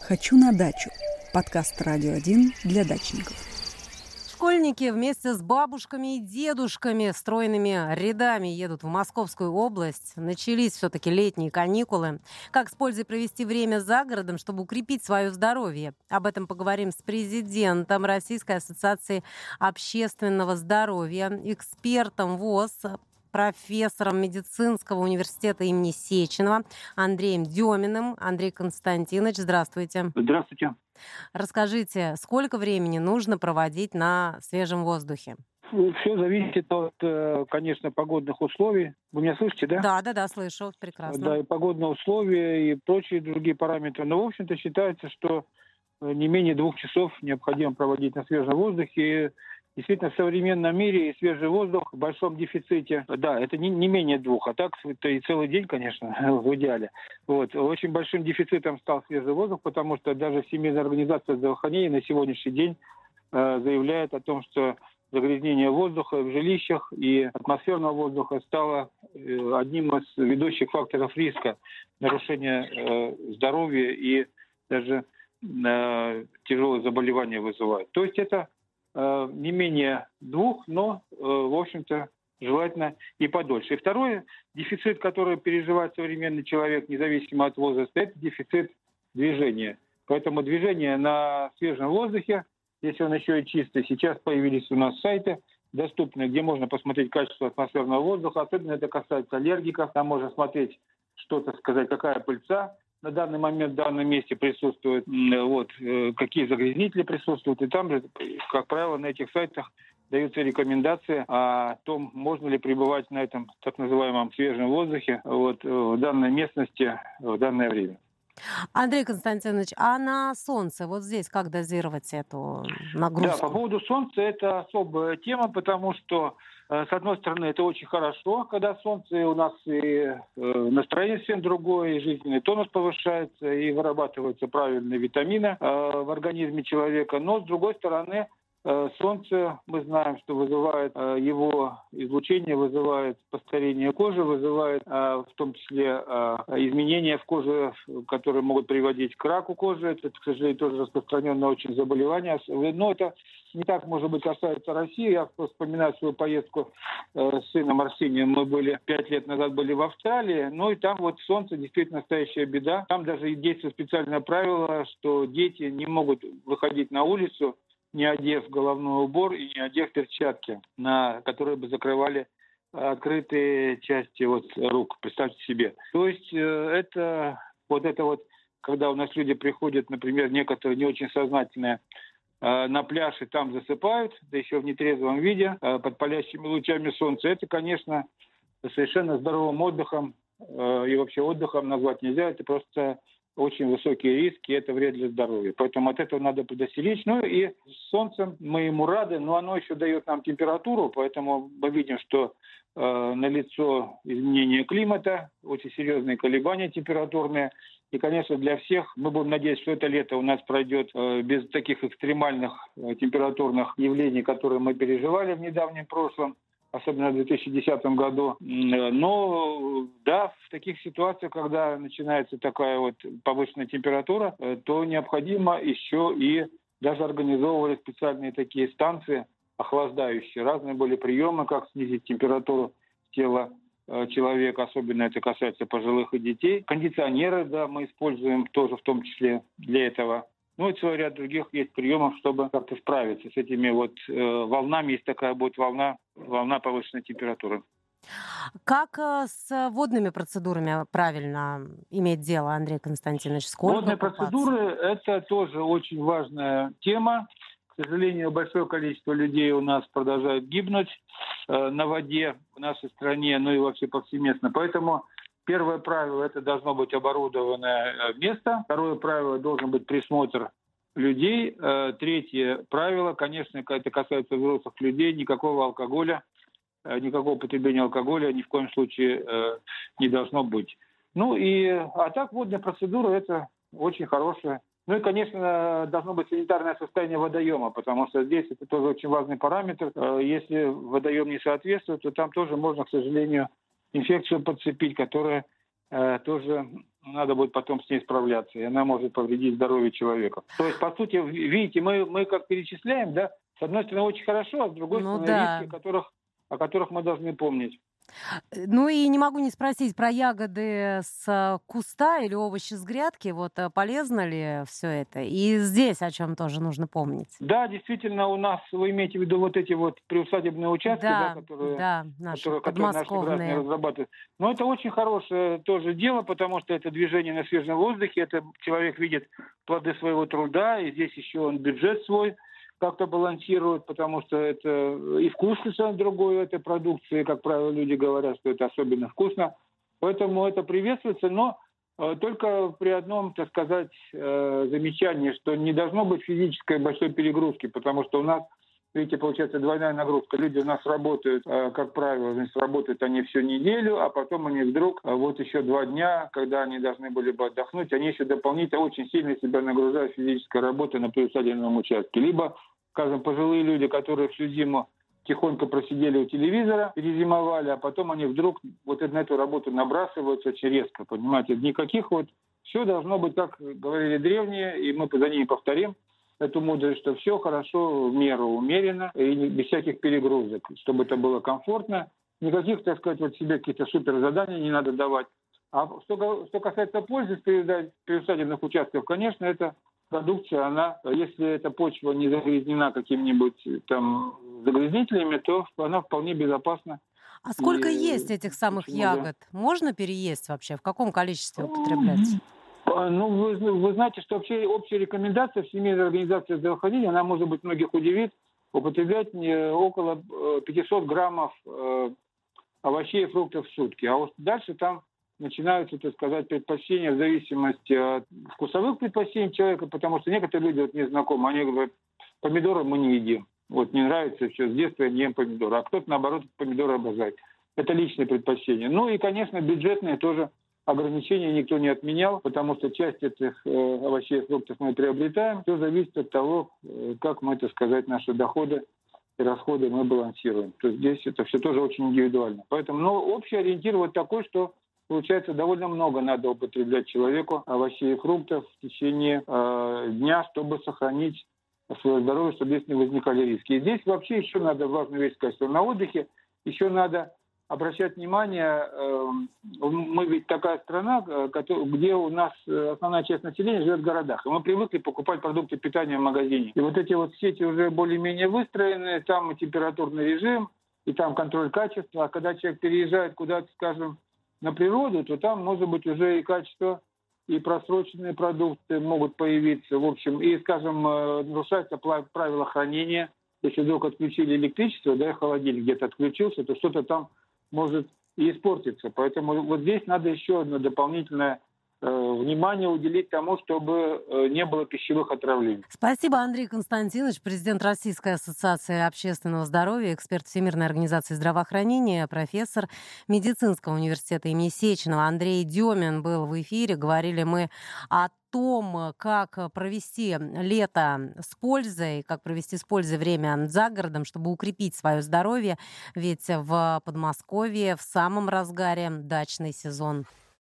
«Хочу на дачу» – подкаст «Радио 1» для дачников. Школьники вместе с бабушками и дедушками стройными рядами едут в Московскую область. Начались все-таки летние каникулы. Как с пользой провести время за городом, чтобы укрепить свое здоровье? Об этом поговорим с президентом Российской ассоциации общественного здоровья, экспертом ВОЗ, профессором медицинского университета имени Сеченова Андреем Деминым. Андрей Константинович, здравствуйте. Здравствуйте. Расскажите, сколько времени нужно проводить на свежем воздухе? Все зависит от, конечно, погодных условий. Вы меня слышите, да? Да, слышу, прекрасно. Да, и погодные условия, и прочие другие параметры. Но, в общем-то, считается, что не менее 2 часов необходимо проводить на свежем воздухе. И действительно, в современном мире и свежий воздух в большом дефиците. Да, это не менее 2, а так это и целый день, конечно, в идеале. Вот. Очень большим дефицитом стал свежий воздух, потому что даже Всемирная организация здравоохранения на сегодняшний день заявляет о том, что загрязнение воздуха в жилищах и атмосферного воздуха стало одним из ведущих факторов риска нарушения здоровья и даже тяжелые заболевания вызывает. То есть это не менее 2, но, в общем-то, желательно и подольше. И второй дефицит, который переживает современный человек, независимо от возраста, это дефицит движения. Поэтому движение на свежем воздухе, если он еще и чистый, сейчас появились у нас сайты доступные, где можно посмотреть качество атмосферного воздуха. Особенно это касается аллергиков. Там можно смотреть, что-то сказать, какая пыльца на данный момент в данном месте присутствует, какие загрязнители присутствуют. И там же, как правило, на этих сайтах даются рекомендации о том, можно ли пребывать на этом так называемом свежем воздухе в данной местности в данное время. Андрей Константинович, а на солнце вот здесь как дозировать эту нагрузку? Да, по поводу солнца это особая тема, потому что с одной стороны, это очень хорошо, когда солнце, у нас и настроение совсем другое, и жизненный тонус повышается, и вырабатываются правильные витамины в организме человека. Но с другой стороны, солнце, мы знаем, что вызывает его излучение, вызывает постарение кожи, вызывает в том числе изменения в коже, которые могут приводить к раку кожи. Это, к сожалению, тоже распространенное очень заболевание. Но это не так, может быть, касается России. Я вспоминаю свою поездку с сыном Арсением. Мы 5 лет назад были в Австралии. Ну и там солнце действительно настоящая беда. Там даже действует специальное правило, что дети не могут выходить на улицу, не одев головной убор и не одев перчатки, которые бы закрывали открытые части рук. Представьте себе. То есть это когда у нас люди приходят, например, некоторые не очень сознательные, на пляж и там засыпают, да еще в нетрезвом виде, под палящими лучами солнца. Это, конечно, совершенно здоровым отдыхом и вообще отдыхом назвать нельзя. Это просто очень высокие риски, это вред для здоровья. Поэтому от этого надо предостеречь. Ну и с солнцем мы ему рады, но оно еще дает нам температуру, поэтому мы видим, что налицо изменение климата, очень серьезные колебания температурные. И, конечно, для всех мы будем надеяться, что это лето у нас пройдет без таких экстремальных температурных явлений, которые мы переживали в недавнем прошлом, особенно в 2010 году. Но да, в таких ситуациях, когда начинается такая повышенная температура, то необходимо еще и даже организовывали специальные такие станции охлаждающие. Разные были приемы, как снизить температуру тела человека, особенно это касается пожилых и детей. Кондиционеры, да, мы используем тоже в том числе для этого. Ну и целый ряд других есть приемов, чтобы как-то справиться с этими волнами, если такая будет волна повышенной температуры. Как с водными процедурами правильно иметь дело, Андрей Константинович? Сколько Водные процедуры – это тоже очень важная тема. К сожалению, большое количество людей у нас продолжает гибнуть на воде в нашей стране, ну и вообще повсеместно. Поэтому первое правило – это должно быть оборудованное место. Второе правило – должен быть присмотр людей. Третье правило, конечно, это касается взрослых людей, никакого алкоголя, никакого употребления алкоголя ни в коем случае не должно быть. А так водная процедура – это очень хорошая. Ну и, конечно, должно быть санитарное состояние водоема, потому что здесь это тоже очень важный параметр. Если водоем не соответствует, то там тоже можно, к сожалению, инфекцию подцепить, которая тоже надо будет потом с ней справляться, и она может повредить здоровье человека. То есть, по сути, видите, мы как перечисляем, да, с одной стороны, очень хорошо, а с другой стороны, риски, о которых мы должны помнить. Ну и не могу не спросить про ягоды с куста или овощи с грядки. Вот полезно ли все это? И здесь о чем тоже нужно помнить. Да, действительно, у нас, вы имеете в виду вот эти вот приусадебные участки, наши которые наши граждане разрабатывают. Но это очень хорошее тоже дело, потому что это движение на свежем воздухе, это человек видит плоды своего труда, и здесь еще он бюджет свой как-то балансирует, потому что это и вкус совершенно другой этой продукции, как правило, люди говорят, что это особенно вкусно. Поэтому это приветствуется, но только при одном, так сказать, замечании, что не должно быть физической большой перегрузки, потому что у нас, видите, получается двойная нагрузка. Люди у нас работают, как правило, значит, работают они всю неделю, а потом они вдруг, вот еще 2 дня, когда они должны были бы отдохнуть, они еще дополнительно очень сильно себя нагружают физической работой на приусадебном участке. Либо, скажем, пожилые люди, которые всю зиму тихонько просидели у телевизора, перезимовали, а потом они вдруг вот на эту работу набрасываются очень резко, понимаете? Никаких вот... Все должно быть, как говорили древние, и мы за ними повторим эту мудрость, что все хорошо, в меру, умеренно, и без всяких перегрузок, чтобы это было комфортно. Никаких, так сказать, вот себе каких-то суперзаданий не надо давать. А что касается пользы приусадебных участков, конечно, это продукция, она, если эта почва не загрязнена какими-нибудь там загрязнителями, то она вполне безопасна. А сколько есть этих самых ягод? Можно переесть вообще? В каком количестве употреблять? Ну, вы знаете, что вообще общая рекомендация Всемирной организации здравоохранения, она, может быть, многих удивит, употреблять около 500 граммов овощей и фруктов в сутки. А вот дальше там начинаются, так сказать, предпочтения в зависимости от вкусовых предпочтений человека, потому что некоторые люди вот не знакомы, они говорят, помидоры мы не едим. Вот не нравится все, с детства я не ем помидоры. А кто-то, наоборот, помидоры обожает. Это личные предпочтения. Ну и, конечно, бюджетные тоже ограничения никто не отменял, потому что часть этих овощей и фруктов мы приобретаем. Все зависит от того, как мы, так сказать, наши доходы и расходы мы балансируем. То есть здесь это все тоже очень индивидуально. Поэтому, общий ориентир вот такой, что получается довольно много надо употреблять человеку овощей и фруктов в течение дня, чтобы сохранить свое здоровье, чтобы здесь не возникали риски. И здесь вообще еще надо важную вещь сказать, что на отдыхе еще надо обращать внимание, мы ведь такая страна, где у нас основная часть населения живет в городах, и мы привыкли покупать продукты питания в магазине. И вот эти вот сети уже более-менее выстроены, там и температурный режим, и там контроль качества, а когда человек переезжает куда-то, скажем, на природу, то там, может быть, уже и качество, и просроченные продукты могут появиться, в общем, и, скажем, нарушаются правила хранения. Если вдруг отключили электричество, да, и холодильник где-то отключился, то что-то там может и испортиться. Поэтому вот здесь надо еще одно дополнительное внимание уделить тому, чтобы не было пищевых отравлений. Спасибо, Андрей Константинович, президент Российской ассоциации общественного здоровья, эксперт Всемирной организации здравоохранения, профессор медицинского университета имени Сеченова. Андрей Демин был в эфире. Говорили мы о том, как провести лето с пользой, как провести с пользой время за городом, чтобы укрепить свое здоровье. Ведь в Подмосковье в самом разгаре дачный сезон.